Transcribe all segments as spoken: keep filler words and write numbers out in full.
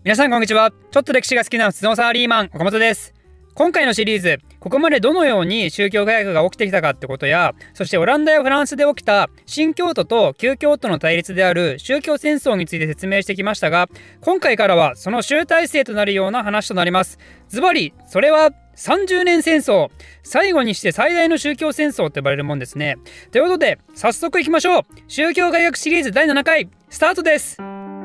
皆さんこんにちは。ちょっと歴史が好きな普通のサラリーマン岡本です。今回のシリーズ、ここまでどのように宗教改革が起きてきたかってことや、そしてオランダやフランスで起きた新教徒と旧教徒の対立である宗教戦争について説明してきましたが、今回からはその集大成となるような話となります。ズバリそれはさんじゅうねん戦争、最後にして最大の宗教戦争と呼ばれるもんですね。ということで早速いきましょう。宗教改革シリーズだいななかいスタートです。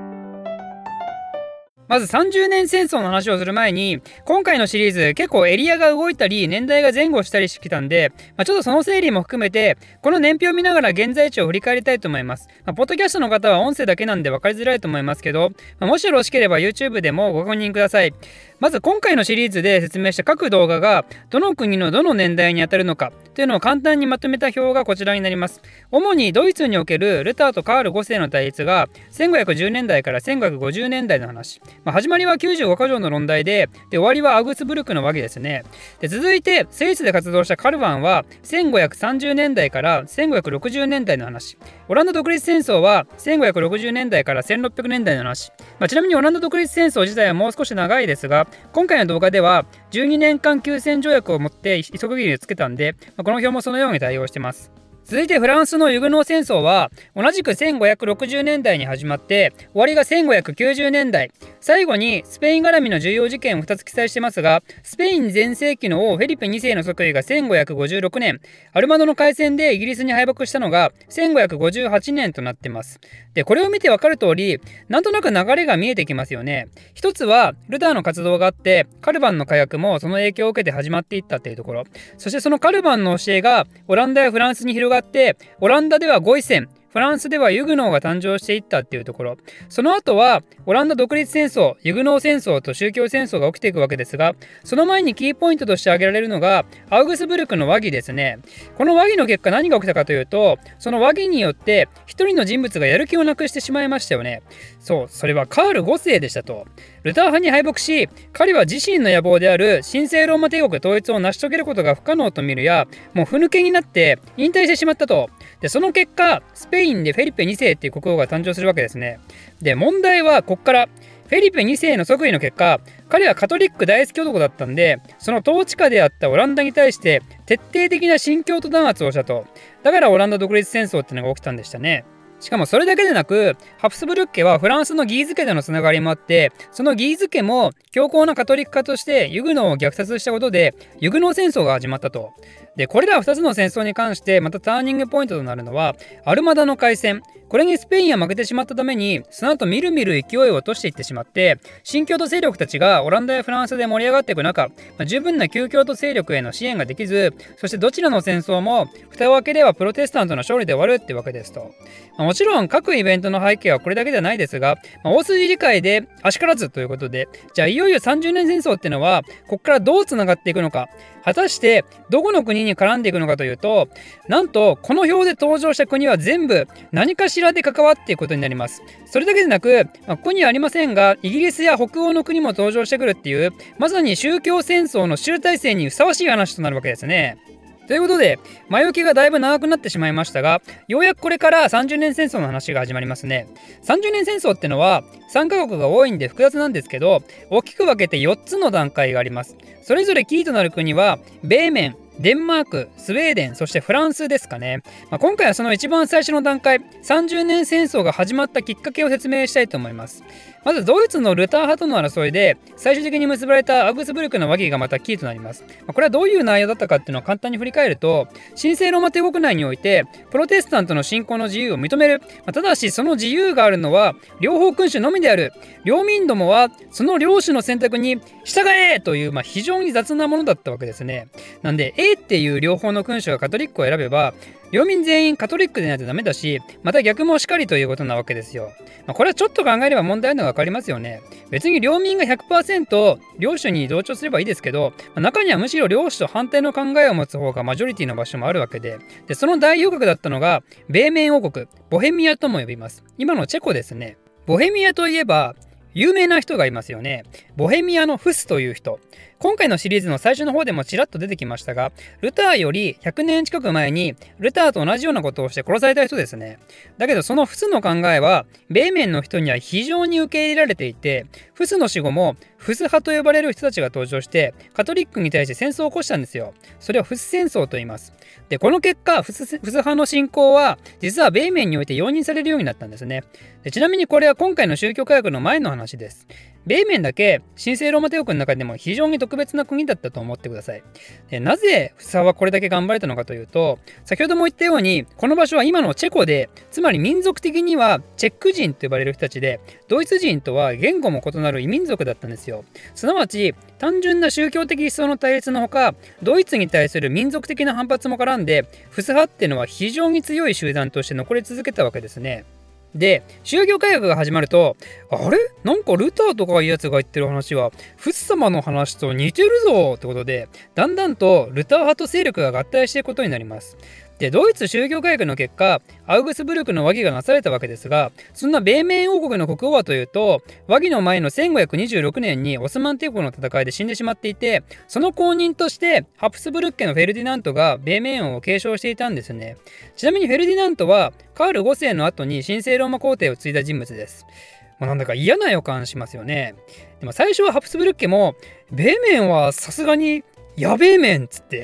まずさんじゅうねん戦争の話をする前に、今回のシリーズ結構エリアが動いたり年代が前後したりしてきたんで、まあ、ちょっとその整理も含めてこの年表を見ながら現在地を振り返りたいと思います。まあ、ポッドキャストの方は音声だけなんで分かりづらいと思いますけど、まあ、もしよろしければ YouTube でもご確認ください。まず今回のシリーズで説明した各動画がどの国のどの年代にあたるのかというのを簡単にまとめた表がこちらになります。主にドイツにおけるルターとカールごせいの対立がせんごひゃくじゅうねんだいからせんごひゃくごじゅうねんだいの話、まあ、始まりはきゅうじゅうごか条の論題で、で終わりはアウグスブルクの和議ですね。で続いてスイスで活動したカルヴァンはせんごひゃくさんじゅうねんだいからせんごひゃくろくじゅうねんだいの話、オランダ独立戦争はせんごひゃくろくじゅうねんだいからせんろっぴゃくねんだいの話、まあ、ちなみにオランダ独立戦争自体はもう少し長いですが、今回の動画ではじゅうにねんかん休戦条約をもって一区切りをつけたんで、まあ、この表もそのように対応してます。続いてフランスのユグノー戦争は同じくせんごひゃくろくじゅうねんだいに始まって終わりがせんごひゃくきゅうじゅうねんだい、最後にスペイン絡みの重要事件をふたつ記載してますが、スペイン全盛期の王フェリペにせいの即位がせんごひゃくごじゅうろくねん、アルマドの海戦でイギリスに敗北したのがせんごひゃくごじゅうはちねんとなってます。でこれを見てわかる通り、なんとなく流れが見えてきますよね。一つはルターの活動があって、カルヴァンの改革もその影響を受けて始まっていったっていうところ、そしてそのカルヴァンの教えがオランダやフランスに広がって、オランダではゴイセン、フランスではユグノーが誕生していったっていうところ、その後はオランダ独立戦争、ユグノー戦争と宗教戦争が起きていくわけですが、その前にキーポイントとして挙げられるのがアウグスブルクの和議ですね。この和議の結果何が起きたかというと、その和議によって一人の人物がやる気をなくしてしまいましたよね。そう、それはカールごせいでしたと。ルター派に敗北し、彼は自身の野望である神聖ローマ帝国統一を成し遂げることが不可能と見るや、もうふぬけになって引退してしまったと。でその結果スペインでフェリペにせいっていう国王が誕生するわけですね。で問題はこっから、フェリペにせいの即位の結果、彼はカトリック大好き男だったんで、その統治下であったオランダに対して徹底的な新教徒弾圧をしたと。だからオランダ独立戦争っていうのが起きたんでしたね。しかもそれだけでなく、ハプスブルク家はフランスのギーズ家でのつながりもあって、そのギーズ家も強硬なカトリック家としてユグノーを虐殺したことでユグノー戦争が始まったと。でこれらふたつの戦争に関してまたターニングポイントとなるのはアルマダの海戦。これにスペインは負けてしまったために、その後みるみる勢いを落としていってしまって、新教徒勢力たちがオランダやフランスで盛り上がっていく中、まあ、十分な旧教徒勢力への支援ができず、そしてどちらの戦争も蓋を開ければプロテスタントの勝利で終わるってわけですと。まあ、もちろん各イベントの背景はこれだけではないですが、まあ、大筋理解であしからずということで、じゃあいよいよさんじゅうねん戦争っていうのはここからどうつながっていくのか、果たしてどこの国に絡んでいくのかというと、なんとこの表で登場した国は全部何かしらで関わっていくことになります。それだけでなく、まあ、ここにはありませんがイギリスや北欧の国も登場してくるっていう、まさに宗教戦争の集大成にふさわしい話となるわけですね。ということで前置きがだいぶ長くなってしまいましたが、ようやくこれからさんじゅうねん戦争の話が始まりますね。さんじゅうねん戦争ってのはさんカ国が多いんで複雑なんですけど、大きく分けてよっつの段階があります。それぞれキーとなる国は米メン、デンマーク、スウェーデン、そしてフランスですかね。まあ、今回はその一番最初の段階、さんじゅうねん戦争が始まったきっかけを説明したいと思います。まずドイツのルター派との争いで最終的に結ばれたアウグスブルクの和議がまたキーとなります。まあ、これはどういう内容だったかっていうのを簡単に振り返ると、神聖ローマ帝国内においてプロテスタントの信仰の自由を認める、まあ、ただしその自由があるのは両方君主のみである、領民どもはその領主の選択に従えという、まあ、非常に雑なものだったわけですね。なんで A っていう両方の君主がカトリックを選べば領民全員カトリックでないとダメだし、また逆もしかりということなわけですよ。まあ、これはちょっと考えれば問題あるのが分かりますよね。別に領民が ひゃくパーセント 領主に同調すればいいですけど、まあ、中にはむしろ領主と反対の考えを持つ方がマジョリティの場所もあるわけで、でその代表格だったのが米メン王国、ボヘミアとも呼びます。今のチェコですね。ボヘミアといえば有名な人がいますよね。ボヘミアのフスという人。 今回のシリーズの最初の方でもちらっと出てきましたが、ルターよりひゃくねん近く前にルターと同じようなことをして殺された人ですね。だけどそのフスの考えは米面の人には非常に受け入れられていて、フスの死後もフス派と呼ばれる人たちが登場してカトリックに対して戦争を起こしたんですよ。それをフス戦争と言います。で、この結果フス、フス派の信仰は実は米面において容認されるようになったんですね。で、ちなみにこれは今回の宗教改革の前の話です。米面だけ神聖ローマ帝国の中でも非常に特別な国だったと思ってください。で、なぜフス派はこれだけ頑張れたのかというと、先ほども言ったようにこの場所は今のチェコで、つまり民族的にはチェック人と呼ばれる人たちで、ドイツ人とは言語も異なる異民族だったんですよ。すなわち単純な宗教的思想の対立のほか、ドイツに対する民族的な反発も絡んで、フス派っていうのは非常に強い集団として残り続けたわけですね。で、宗教改革が始まると、あれなんかルターとかいうやつが言ってる話はフス様の話と似てるぞってことで、だんだんとルター派と勢力が合体していくことになります。で、ドイツ宗教改革の結果、アウグスブルクの和議がなされたわけですが、そんな米面王国の国王はというと、和議の前のせんごひゃくにじゅうろくねんにオスマン帝国の戦いで死んでしまっていて、その後任としてハプスブルク家のフェルディナントが米面王を継承していたんですね。ちなみにフェルディナントはカールごせいの後に神聖ローマ皇帝を継いだ人物です。まあ、なんだか嫌な予感しますよね。でも最初はハプスブルク家も、米面はさすがにやべえ面っつって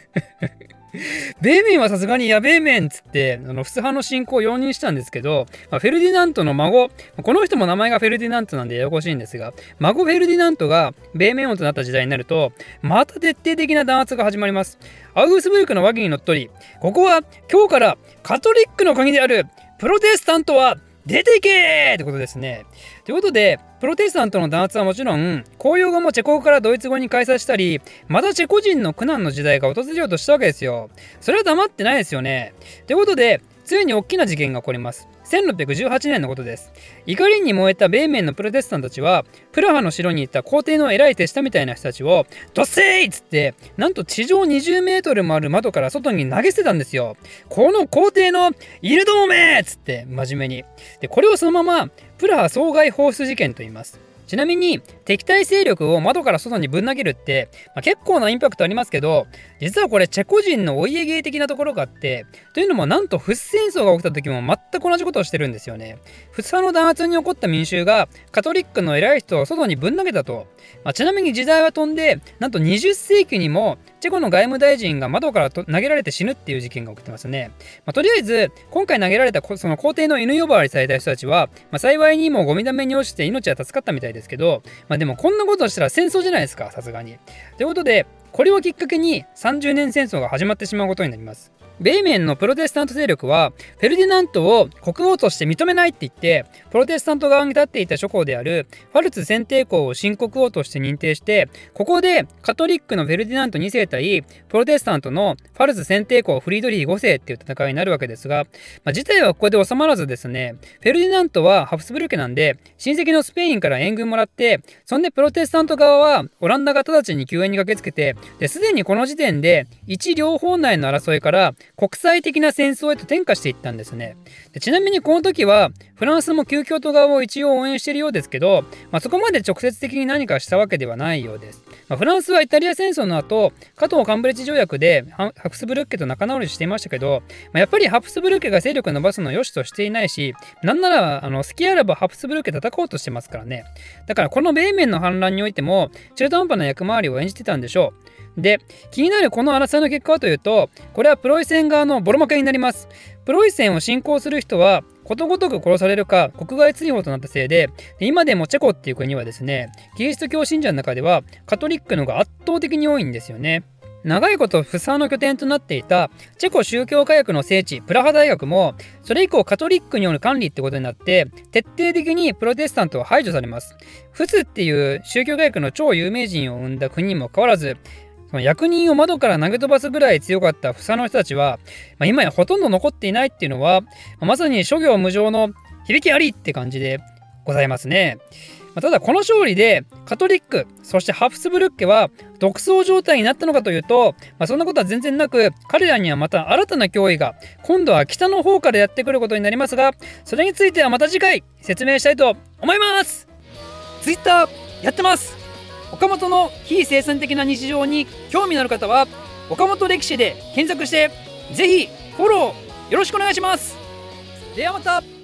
米面はさすがにやべえ面っつってあのフス派の信仰を容認したんですけど、まあ、フェルディナントの孫、この人も名前がフェルディナントなんでややこしいんですが、孫フェルディナントが米面王となった時代になると、また徹底的な弾圧が始まります。アウグスブルクの和議にのっとり、ここは今日からカトリックの国であるプロテスタントは出ていけーってことですね。ということで、プロテスタントの弾圧はもちろん、公用語もチェコ語からドイツ語に改札したり、またチェコ人の苦難の時代が訪れようとしたわけですよ。それは黙ってないですよね。ということで、ついに大きな事件が起こります。せんろっぴゃくじゅうはちねんのことです。怒りに燃えた米面のプロテスタントたちは、プラハの城に行った皇帝の偉い手下みたいな人たちを、どっせーっつって、なんと地上にじゅうメートルもある窓から外に投げ捨てたんですよ。この皇帝の犬どもめっつって、真面目に。で、これをそのまま、プラハ損害放出事件と言います。ちなみに敵対勢力を窓から外にぶん投げるって、まあ、結構なインパクトありますけど、実はこれチェコ人のお家芸的なところがあって、というのもなんとフス戦争が起きた時も全く同じことをしてるんですよね。フス派の弾圧に起こった民衆がカトリックの偉い人を外にぶん投げたと。まあ、ちなみに時代は飛んで、なんとにじゅっせいきにもチェコの外務大臣が窓からと投げられて死ぬっていう事件が起きてますね。まあ、とりあえず今回投げられたその皇帝の犬呼ばわりされた人たちは、まあ、幸いにもゴミ溜めに落ちて命は助かったみたいですけど、まあ、でもこんなことをしたら戦争じゃないですか、さすがに。ということで、これをきっかけにさんじゅうねん戦争が始まってしまうことになります。米面のプロテスタント勢力はフェルディナントを国王として認めないって言って、プロテスタント側に立っていた諸侯であるファルツ選定公を新国王として認定して、ここでカトリックのフェルディナントにせい対プロテスタントのファルツ選定公フリードリヒごせいっていう戦いになるわけですが、まあ、事態はここで収まらずですね、フェルディナントはハプスブルク家なんで親戚のスペインから援軍もらって、そんでプロテスタント側はオランダが直ちに救援に駆けつけて、ですでにこの時点で一両方内の争いから国際的な戦争へと転化していったんですね。で、ちなみにこの時はフランスも旧教徒側を一応応援しているようですけど、まあ、そこまで直接的に何かしたわけではないようです。まあ、フランスはイタリア戦争の後、加藤カンブレッジ条約でハプスブルク家と仲直りしていましたけど、まあ、やっぱりハプスブルク家が勢力を伸ばすのを良しとしていないし、なんならあの好きあらばハプスブルク家戦おうとしてますからね。だからこの米面の反乱においても中途半端な役回りを演じてたんでしょう。で、気になるこの争いの結果はというと、これはプロイセン側のボロ負けになります。プロイセンを侵攻する人はことごとく殺されるか国外追放となったせいで、今でもチェコっていう国はですね、キリスト教信者の中ではカトリックのが圧倒的に多いんですよね。長いことフス派の拠点となっていたチェコ宗教改革の聖地プラハ大学も、それ以降カトリックによる管理ってことになって徹底的にプロテスタントは排除されます。フスっていう宗教改革の超有名人を生んだ国にもかかわらず、その役人を窓から投げ飛ばすぐらい強かったフサの人たちは、まあ、今やほとんど残っていないっていうのは、まあ、まさに諸行無常の響きありって感じでございますね。まあ、ただこの勝利でカトリック、そしてハプスブルク家は独走状態になったのかというと、まあ、そんなことは全然なく、彼らにはまた新たな脅威が今度は北の方からやってくることになりますが、それについてはまた次回説明したいと思います。ツイッターやってます。 岡本の非生産的な日常に興味のある方は岡本歴史で検索してぜひフォローよろしくお願いします。ではまた。